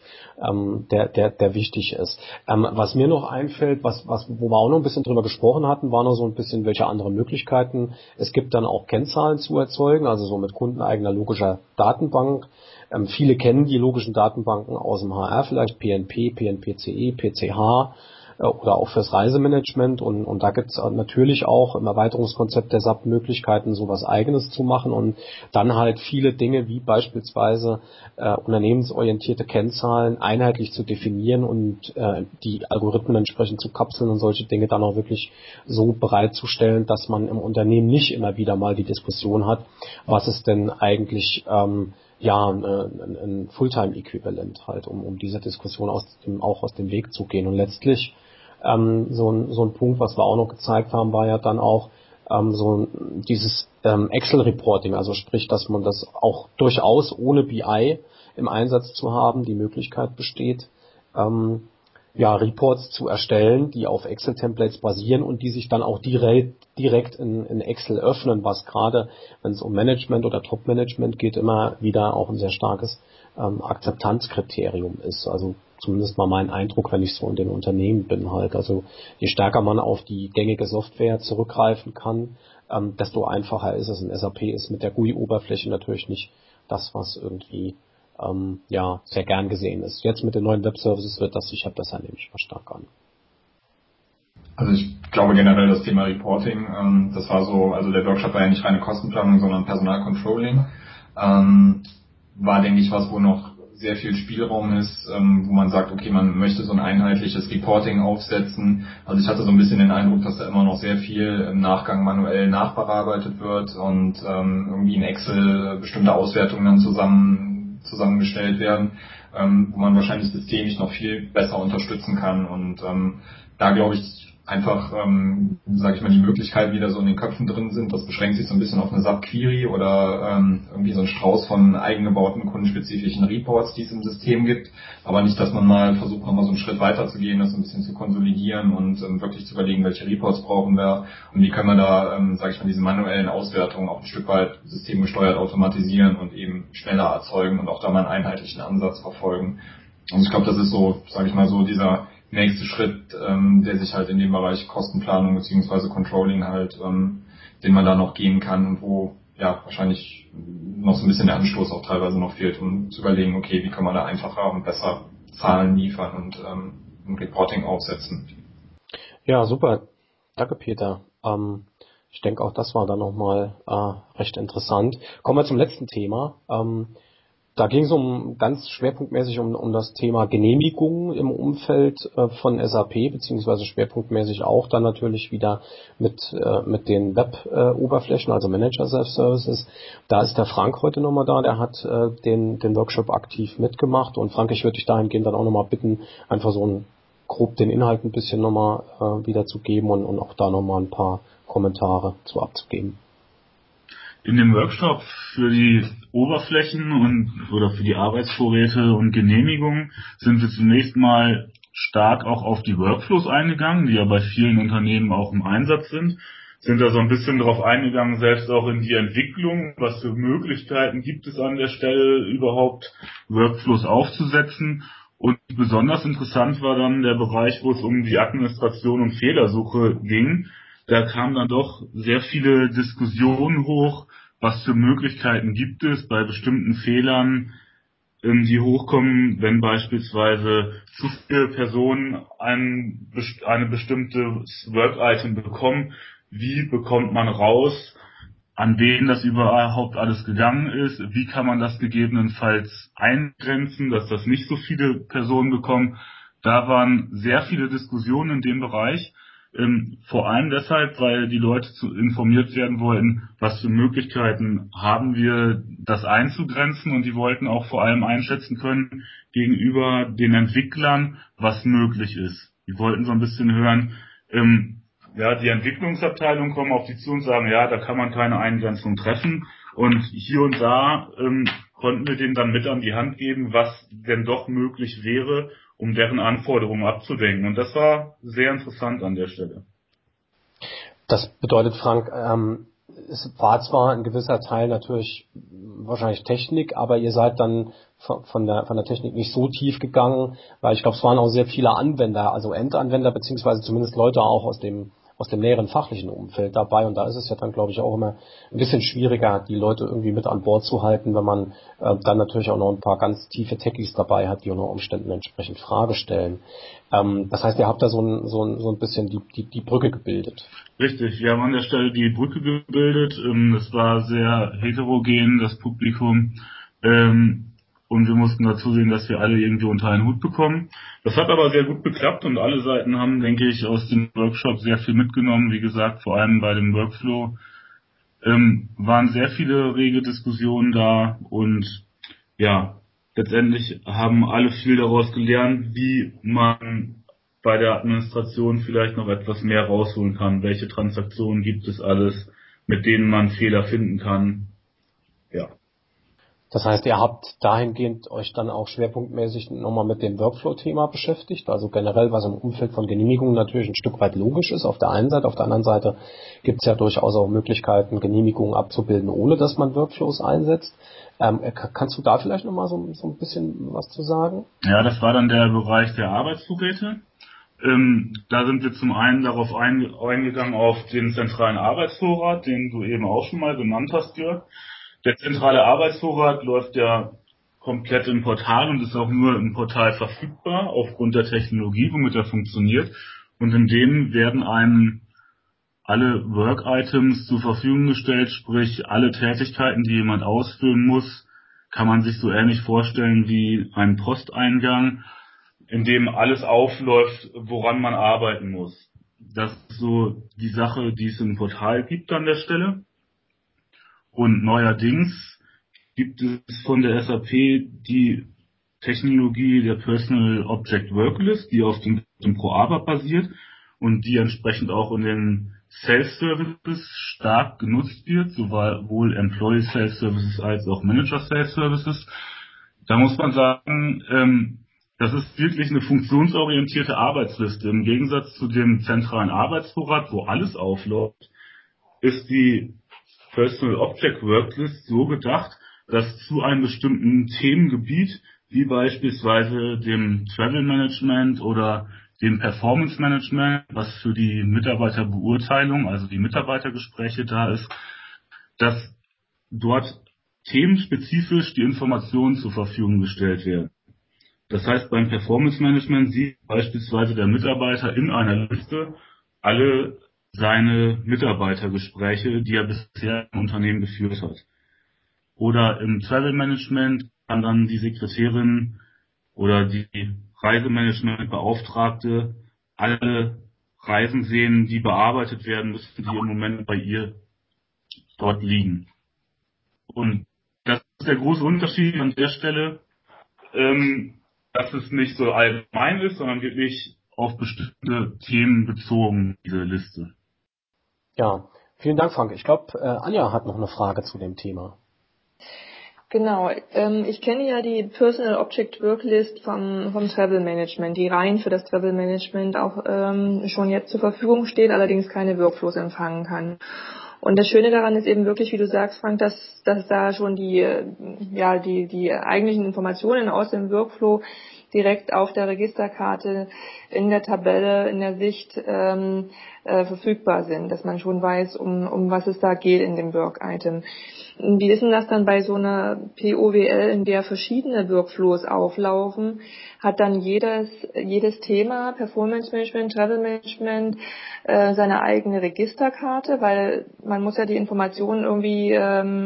der wichtig ist. Was mir noch einfällt, wo wir auch noch ein bisschen drüber gesprochen hatten, war noch so ein bisschen, welche andere Möglichkeiten es gibt, dann auch Kennzahlen zu erzeugen, also so mit kundeneigener logischer Datenbank. Viele kennen die logischen Datenbanken aus dem HR, vielleicht PNP, PNPCE, PCH oder auch fürs Reisemanagement und da gibt es natürlich auch im Erweiterungskonzept der SAP Möglichkeiten, sowas Eigenes zu machen und dann halt viele Dinge wie beispielsweise unternehmensorientierte Kennzahlen einheitlich zu definieren und die Algorithmen entsprechend zu kapseln und solche Dinge dann auch wirklich so bereitzustellen, dass man im Unternehmen nicht immer wieder mal die Diskussion hat, was ist denn eigentlich ein Fulltime-Äquivalent halt, um dieser Diskussion auch aus dem Weg zu gehen. Und letztlich so ein Punkt, was wir auch noch gezeigt haben, war ja dann auch dieses Excel-Reporting, also sprich, dass man das auch durchaus ohne BI im Einsatz zu haben, die Möglichkeit besteht, Reports zu erstellen, die auf Excel-Templates basieren und die sich dann auch direkt in Excel öffnen, was gerade, wenn es um Management oder Top-Management geht, immer wieder auch ein sehr starkes Akzeptanzkriterium ist. Also zumindest mal mein Eindruck, wenn ich so in den Unternehmen bin halt. Also je stärker man auf die gängige Software zurückgreifen kann, desto einfacher ist es. Und SAP ist mit der GUI-Oberfläche natürlich nicht das, was irgendwie sehr gern gesehen ist. Jetzt mit den neuen Web-Services wird das sicher besser, nehme ich mal stark an. Also ich glaube generell das Thema Reporting, das war so, also der Workshop war ja nicht reine Kostenplanung, sondern Personalcontrolling, war, denke ich, was, wo noch sehr viel Spielraum ist, wo man sagt, okay, man möchte so ein einheitliches Reporting aufsetzen. Also ich hatte so ein bisschen den Eindruck, dass da immer noch sehr viel im Nachgang manuell nachbearbeitet wird und irgendwie in Excel bestimmte Auswertungen dann zusammengestellt werden, wo man wahrscheinlich systemisch noch viel besser unterstützen kann. Und da glaube ich einfach, sage ich mal, die Möglichkeiten, die da so in den Köpfen drin sind, das beschränkt sich so ein bisschen auf eine SAP-Query oder irgendwie so ein Strauß von eigengebauten kundenspezifischen Reports, die es im System gibt. Aber nicht, dass man mal versucht, nochmal so einen Schritt weiter zu gehen, das so ein bisschen zu konsolidieren und wirklich zu überlegen, welche Reports brauchen wir und wie können wir da, sage ich mal, diese manuellen Auswertungen auch ein Stück weit systemgesteuert automatisieren und eben schneller erzeugen und auch da mal einen einheitlichen Ansatz verfolgen. Und ich glaube, das ist so, sage ich mal, so dieser nächste Schritt, der sich halt in dem Bereich Kostenplanung bzw. Controlling halt, den man da noch gehen kann und wo ja wahrscheinlich noch so ein bisschen der Anstoß auch teilweise noch fehlt, um zu überlegen, okay, wie kann man da einfacher und besser Zahlen liefern und ein Reporting aufsetzen. Ja, super. Danke, Peter. Ich denke, auch das war dann nochmal recht interessant. Kommen wir zum letzten Thema. Da ging es ganz schwerpunktmäßig um das Thema Genehmigung im Umfeld von SAP, beziehungsweise schwerpunktmäßig auch dann natürlich wieder mit den Web-Oberflächen, also Manager Self-Services. Da ist der Frank heute nochmal da, der hat den Workshop aktiv mitgemacht. Und Frank, ich würde dich dahingehend dann auch nochmal bitten, einfach so grob den Inhalt ein bisschen nochmal wiederzugeben und auch da nochmal ein paar Kommentare zu abzugeben. In dem Workshop für die Oberflächen oder für die Arbeitsvorräte und Genehmigungen sind wir zunächst mal stark auch auf die Workflows eingegangen, die ja bei vielen Unternehmen auch im Einsatz sind da so ein bisschen drauf eingegangen, selbst auch in die Entwicklung, was für Möglichkeiten gibt es an der Stelle überhaupt Workflows aufzusetzen. Und besonders interessant war dann der Bereich, wo es um die Administration und Fehlersuche ging. Da kamen dann doch sehr viele Diskussionen hoch, was für Möglichkeiten gibt es bei bestimmten Fehlern, die hochkommen, wenn beispielsweise zu viele Personen eine bestimmte Work-Item bekommen. Wie bekommt man raus, an wen das überhaupt alles gegangen ist? Wie kann man das gegebenenfalls eingrenzen, dass das nicht so viele Personen bekommen? Da waren sehr viele Diskussionen in dem Bereich. Vor allem deshalb, weil die Leute informiert werden wollten, was für Möglichkeiten haben wir, das einzugrenzen, und die wollten auch vor allem einschätzen können gegenüber den Entwicklern, was möglich ist. Die wollten so ein bisschen hören, die Entwicklungsabteilung kommen auf die zu und sagen, ja, da kann man keine Eingrenzung treffen, und hier und da konnten wir denen dann mit an die Hand geben, was denn doch möglich wäre, um deren Anforderungen abzudenken. Und das war sehr interessant an der Stelle. Das bedeutet, Frank, es war zwar ein gewisser Teil natürlich wahrscheinlich Technik, aber ihr seid dann von der Technik nicht so tief gegangen, weil ich glaube, es waren auch sehr viele Anwender, also Endanwender, beziehungsweise zumindest Leute auch aus dem näheren fachlichen Umfeld dabei, und da ist es ja dann, glaube ich, auch immer ein bisschen schwieriger, die Leute irgendwie mit an Bord zu halten, wenn man dann natürlich auch noch ein paar ganz tiefe Techies dabei hat, die unter Umständen entsprechend Frage stellen. Das heißt, ihr habt da so ein bisschen die Brücke gebildet. Richtig, wir haben an der Stelle die Brücke gebildet. Es war sehr heterogen, das Publikum. Und wir mussten dazu sehen, dass wir alle irgendwie unter einen Hut bekommen. Das hat aber sehr gut geklappt, und alle Seiten haben, denke ich, aus dem Workshop sehr viel mitgenommen. Wie gesagt, vor allem bei dem Workflow waren sehr viele rege Diskussionen da, und ja, letztendlich haben alle viel daraus gelernt, wie man bei der Administration vielleicht noch etwas mehr rausholen kann. Welche Transaktionen gibt es alles, mit denen man Fehler finden kann. Ja. Das heißt, ihr habt dahingehend euch dann auch schwerpunktmäßig nochmal mit dem Workflow-Thema beschäftigt, also generell, was im Umfeld von Genehmigungen natürlich ein Stück weit logisch ist auf der einen Seite. Auf der anderen Seite gibt es ja durchaus auch Möglichkeiten, Genehmigungen abzubilden, ohne dass man Workflows einsetzt. Kannst du da vielleicht nochmal so ein bisschen was zu sagen? Ja, das war dann der Bereich der Arbeitsvorräte. Da sind wir zum einen darauf eingegangen auf den zentralen Arbeitsvorrat, den du eben auch schon mal genannt hast, Jörg. Der zentrale Arbeitsvorrat läuft ja komplett im Portal und ist auch nur im Portal verfügbar aufgrund der Technologie, womit er funktioniert. Und in dem werden einem alle Work-Items zur Verfügung gestellt, sprich alle Tätigkeiten, die jemand ausführen muss, kann man sich so ähnlich vorstellen wie ein Posteingang, in dem alles aufläuft, woran man arbeiten muss. Das ist so die Sache, die es im Portal gibt an der Stelle. Und neuerdings gibt es von der SAP die Technologie der Personal Object Worklist, die auf dem ProABAP basiert und die entsprechend auch in den Self-Services stark genutzt wird, sowohl Employee Self-Services als auch Manager Self-Services. Da muss man sagen, das ist wirklich eine funktionsorientierte Arbeitsliste. Im Gegensatz zu dem zentralen Arbeitsvorrat, wo alles aufläuft, ist die Personal Object Worklist so gedacht, dass zu einem bestimmten Themengebiet, wie beispielsweise dem Travel Management oder dem Performance Management, was für die Mitarbeiterbeurteilung, also die Mitarbeitergespräche da ist, dass dort themenspezifisch die Informationen zur Verfügung gestellt werden. Das heißt, beim Performance Management sieht beispielsweise der Mitarbeiter in einer Liste alle seine Mitarbeitergespräche, die er bisher im Unternehmen geführt hat. Oder im Travel Management kann dann die Sekretärin oder die Reisemanagementbeauftragte alle Reisen sehen, die bearbeitet werden müssen, die im Moment bei ihr dort liegen. Und das ist der große Unterschied an der Stelle, dass es nicht so allgemein ist, sondern wirklich auf bestimmte Themen bezogen, diese Liste. Ja, vielen Dank, Frank. Ich glaube, Anja hat noch eine Frage zu dem Thema. Genau, ich kenne ja die Personal Object Worklist vom Travel Management, die rein für das Travel Management auch schon jetzt zur Verfügung steht, allerdings keine Workflows empfangen kann. Und das Schöne daran ist eben wirklich, wie du sagst, Frank, dass da schon die eigentlichen Informationen aus dem Workflow direkt auf der Registerkarte, in der Tabelle, in der Sicht verfügbar sind, dass man schon weiß, um was es da geht in dem Work-Item. Wie ist denn das dann bei so einer POWL, in der verschiedene Workflows auflaufen? Hat dann jedes Thema, Performance Management, Travel Management, seine eigene Registerkarte? Weil man muss ja die Informationen irgendwie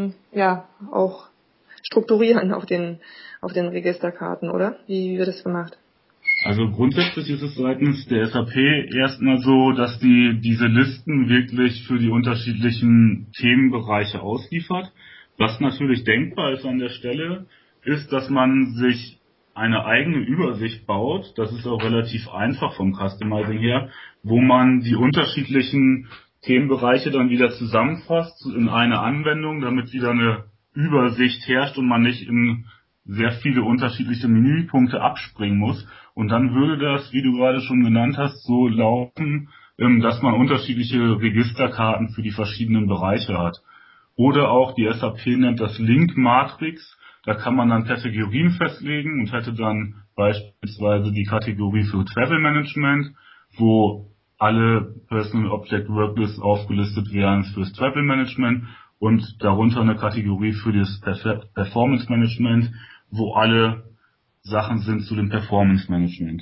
auch strukturieren auf den Registerkarten, oder? Wie wird das gemacht? Also grundsätzlich ist es seitens der SAP erstmal so, dass die diese Listen wirklich für die unterschiedlichen Themenbereiche ausliefert. Was natürlich denkbar ist an der Stelle, ist, dass man sich eine eigene Übersicht baut. Das ist auch relativ einfach vom Customizing her, wo man die unterschiedlichen Themenbereiche dann wieder zusammenfasst in eine Anwendung, damit wieder eine Übersicht herrscht und man nicht in sehr viele unterschiedliche Menüpunkte abspringen muss. Und dann würde das, wie du gerade schon genannt hast, so laufen, dass man unterschiedliche Registerkarten für die verschiedenen Bereiche hat. Oder auch die SAP nennt das Link-Matrix. Da kann man dann Kategorien festlegen und hätte dann beispielsweise die Kategorie für Travel Management, wo alle Personal Object Worklists aufgelistet wären fürs Travel Management und darunter eine Kategorie für das Performance Management, wo alle Sachen sind zu dem Performance Management.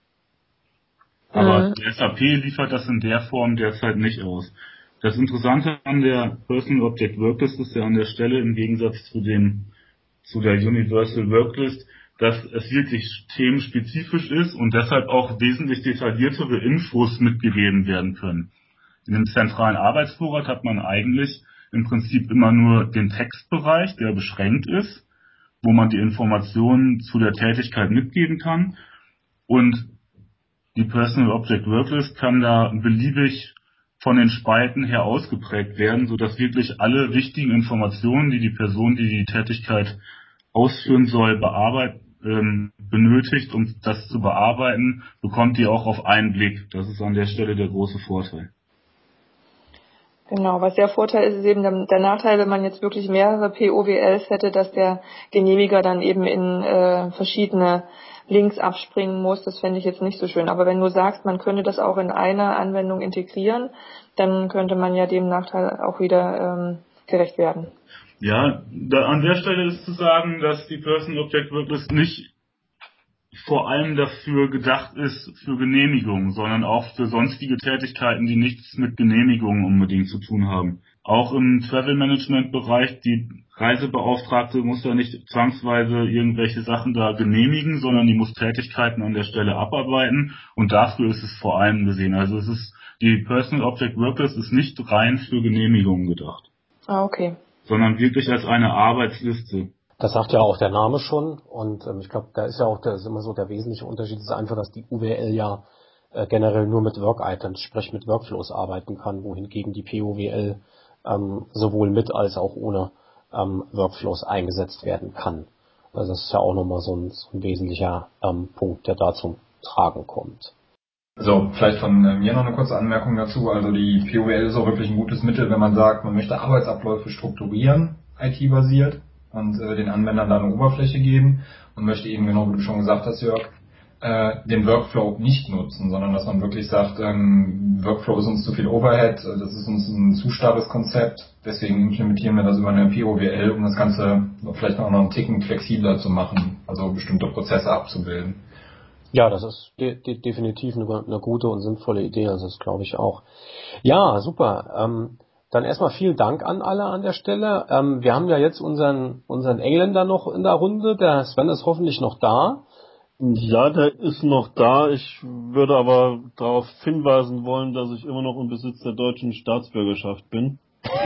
Aber die SAP liefert das in der Form derzeit nicht aus. Das Interessante an der Personal Object Worklist ist ja an der Stelle im Gegensatz zu der Universal Worklist, dass es wirklich themenspezifisch ist und deshalb auch wesentlich detailliertere Infos mitgegeben werden können. In dem zentralen Arbeitsvorrat hat man eigentlich im Prinzip immer nur den Textbereich, der beschränkt ist, wo man die Informationen zu der Tätigkeit mitgeben kann. Und die Personal Object Worklist kann da beliebig von den Spalten her ausgeprägt werden, sodass wirklich alle wichtigen Informationen, die die Person, die die Tätigkeit ausführen soll, benötigt, um das zu bearbeiten, bekommt die auch auf einen Blick. Das ist an der Stelle der große Vorteil. Genau, was der Vorteil ist, ist eben der Nachteil, wenn man jetzt wirklich mehrere POWLs hätte, dass der Genehmiger dann eben in verschiedene Links abspringen muss. Das fände ich jetzt nicht so schön. Aber wenn du sagst, man könnte das auch in einer Anwendung integrieren, dann könnte man ja dem Nachteil auch wieder gerecht werden. Ja, an der Stelle ist zu sagen, dass die Personal Object Worklist nicht vor allem dafür gedacht ist für Genehmigungen, sondern auch für sonstige Tätigkeiten, die nichts mit Genehmigungen unbedingt zu tun haben. Auch im Travel Management Bereich, die Reisebeauftragte muss ja nicht zwangsweise irgendwelche Sachen da genehmigen, sondern die muss Tätigkeiten an der Stelle abarbeiten und dafür ist es vor allem gesehen. Also die Personal Object Worklist ist nicht rein für Genehmigungen gedacht. Ah, okay. sondern wirklich als eine Arbeitsliste. Das sagt ja auch der Name schon und ich glaube, da ist ja auch ist immer so der wesentliche Unterschied ist einfach, dass die UWL ja generell nur mit Work-Items, sprich mit Workflows arbeiten kann, wohingegen die POWL sowohl mit als auch ohne Workflows eingesetzt werden kann. Also das ist ja auch nochmal so ein wesentlicher Punkt, der da zum Tragen kommt. So, vielleicht von mir noch eine kurze Anmerkung dazu. Also die POWL ist auch wirklich ein gutes Mittel, wenn man sagt, man möchte Arbeitsabläufe strukturieren, IT-basiert, und den Anwendern da eine Oberfläche geben und möchte eben, genau wie du schon gesagt hast, Jörg, den Workflow nicht nutzen, sondern dass man wirklich sagt, Workflow ist uns zu viel Overhead, das ist uns ein zu starres Konzept, deswegen implementieren wir das über eine POWL, um das Ganze vielleicht auch noch einen Ticken flexibler zu machen, also bestimmte Prozesse abzubilden. Ja, das ist definitiv eine gute und sinnvolle Idee, also das glaube ich auch. Ja, super. Dann erstmal vielen Dank an alle an der Stelle. Wir haben ja jetzt unseren Engländer noch in der Runde, der Sven ist hoffentlich noch da. Ja, der ist noch da. Ich würde aber darauf hinweisen wollen, dass ich immer noch im Besitz der deutschen Staatsbürgerschaft bin.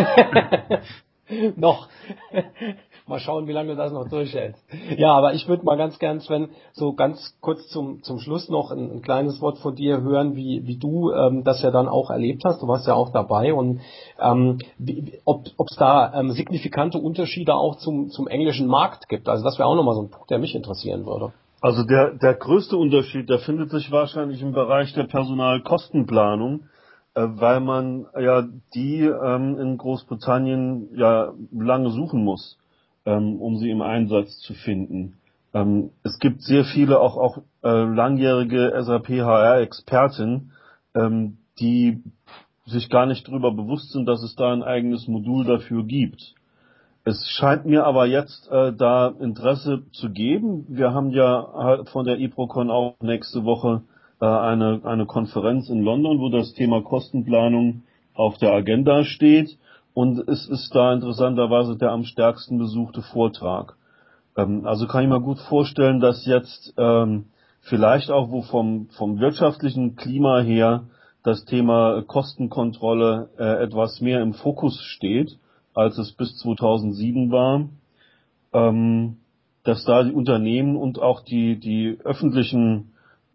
Noch. Mal schauen, wie lange du das noch durchhältst. Ja, aber ich würde mal ganz gern, Sven, so ganz kurz zum Schluss noch ein kleines Wort von dir hören, wie du das ja dann auch erlebt hast. Du warst ja auch dabei und ob es da signifikante Unterschiede auch zum englischen Markt gibt. Also das wäre auch nochmal so ein Punkt, der mich interessieren würde. Also der größte Unterschied, der findet sich wahrscheinlich im Bereich der Personalkostenplanung, weil man ja die in Großbritannien ja lange suchen muss, um sie im Einsatz zu finden. Es gibt sehr viele auch langjährige SAP HR-Experten, die sich gar nicht darüber bewusst sind, dass es da ein eigenes Modul dafür gibt. Es scheint mir aber jetzt da Interesse zu geben. Wir haben ja von der IPROCON auch nächste Woche eine Konferenz in London, wo das Thema Kostenplanung auf der Agenda steht. Und es ist da interessanterweise der am stärksten besuchte Vortrag. Also kann ich mir gut vorstellen, dass jetzt vielleicht auch wo vom wirtschaftlichen Klima her das Thema Kostenkontrolle etwas mehr im Fokus steht, als es bis 2007 war, dass da die Unternehmen und auch die öffentlichen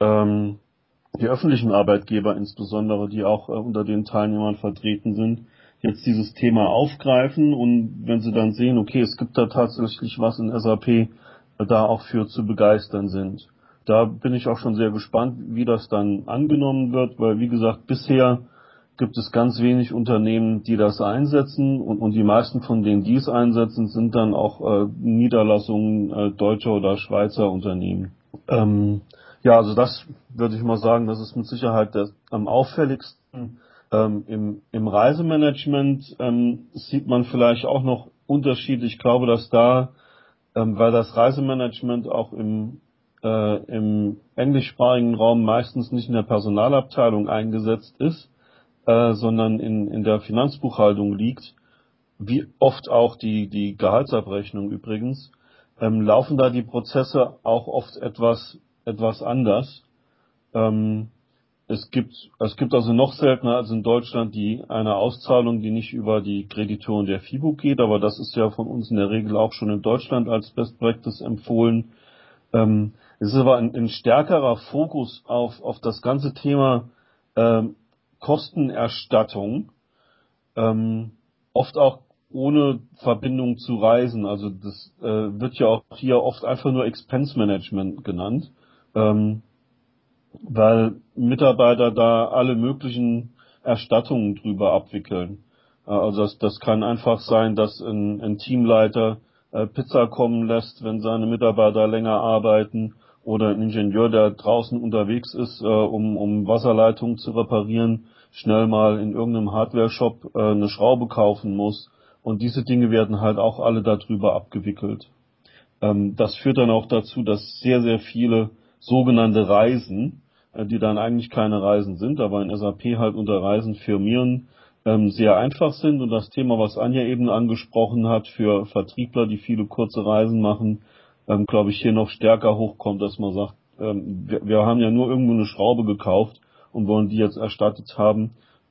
Arbeitgeber insbesondere, die auch unter den Teilnehmern vertreten sind, jetzt dieses Thema aufgreifen und wenn sie dann sehen, okay, es gibt da tatsächlich was in SAP, da auch für zu begeistern sind. Da bin ich auch schon sehr gespannt, wie das dann angenommen wird, weil wie gesagt, bisher gibt es ganz wenig Unternehmen, die das einsetzen und die meisten von denen, die es einsetzen, sind dann auch Niederlassungen deutscher oder Schweizer Unternehmen. Ja, also das würde ich mal sagen, das ist mit Sicherheit am auffälligsten. Im Reisemanagement sieht man vielleicht auch noch Unterschiede. Ich glaube, dass da, weil das Reisemanagement auch im englischsprachigen Raum meistens nicht in der Personalabteilung eingesetzt ist, sondern in der Finanzbuchhaltung liegt, wie oft auch die Gehaltsabrechnung übrigens, laufen da die Prozesse auch oft etwas anders. Es gibt also noch seltener als in Deutschland eine Auszahlung, die nicht über die Kreditoren der FIBO geht, aber das ist ja von uns in der Regel auch schon in Deutschland als Best Practice empfohlen. Es ist aber ein stärkerer Fokus auf das ganze Thema Kostenerstattung, oft auch ohne Verbindung zu Reisen. Also das wird ja auch hier oft einfach nur Expense Management genannt, weil Mitarbeiter da alle möglichen Erstattungen drüber abwickeln. Also das kann einfach sein, dass ein Teamleiter Pizza kommen lässt, wenn seine Mitarbeiter länger arbeiten, oder ein Ingenieur, der draußen unterwegs ist, um Wasserleitungen zu reparieren, schnell mal in irgendeinem Hardware-Shop eine Schraube kaufen muss. Und diese Dinge werden halt auch alle darüber abgewickelt. Das führt dann auch dazu, dass sehr, sehr viele sogenannte Reisen, die dann eigentlich keine Reisen sind, aber in SAP halt unter Reisen firmieren, sehr einfach sind. Und das Thema, was Anja eben angesprochen hat, für Vertriebler, die viele kurze Reisen machen, glaube ich, hier noch stärker hochkommt, dass man sagt, wir haben ja nur irgendwo eine Schraube gekauft und wollen die jetzt erstattet haben.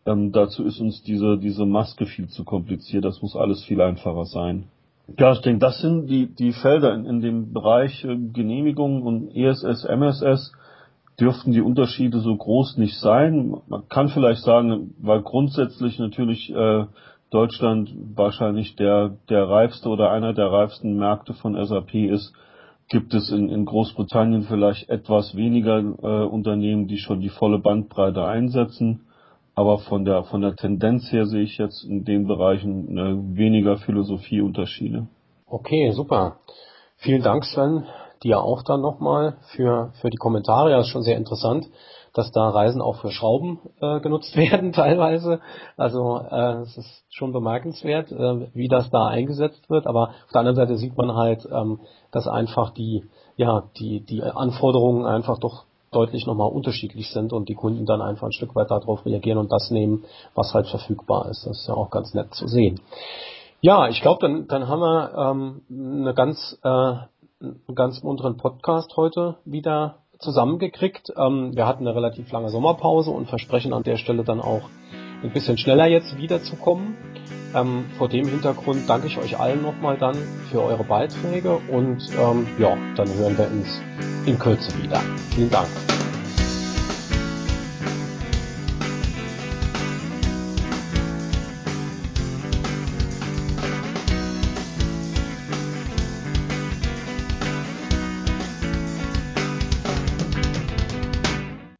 Dazu ist uns diese Maske viel zu kompliziert. Das muss alles viel einfacher sein. Ja, ich denke, das sind die Felder in dem Bereich Genehmigungen und ESS, MSS. Dürften die Unterschiede so groß nicht sein. Man kann vielleicht sagen, weil grundsätzlich natürlich Deutschland wahrscheinlich der reifste oder einer der reifsten Märkte von SAP ist, gibt es in Großbritannien vielleicht etwas weniger Unternehmen, die schon die volle Bandbreite einsetzen. Aber von der Tendenz her sehe ich jetzt in den Bereichen weniger Philosophieunterschiede. Okay, super. Vielen Dank, Sven. Dir auch dann nochmal für die Kommentare. Ja, ist schon sehr interessant, dass da Reisen auch für Schrauben genutzt werden teilweise. Also es ist schon bemerkenswert, wie das da eingesetzt wird. Aber auf der anderen Seite sieht man halt, dass einfach die Anforderungen einfach doch deutlich nochmal unterschiedlich sind und die Kunden dann einfach ein Stück weit darauf reagieren und das nehmen, was halt verfügbar ist. Das ist ja auch ganz nett zu sehen. Ja, ich glaube, dann haben wir einen ganz munteren Podcast heute wieder zusammengekriegt. Wir hatten eine relativ lange Sommerpause und versprechen an der Stelle dann auch ein bisschen schneller jetzt wiederzukommen. Vor dem Hintergrund danke ich euch allen nochmal dann für eure Beiträge und dann hören wir uns in Kürze wieder. Vielen Dank.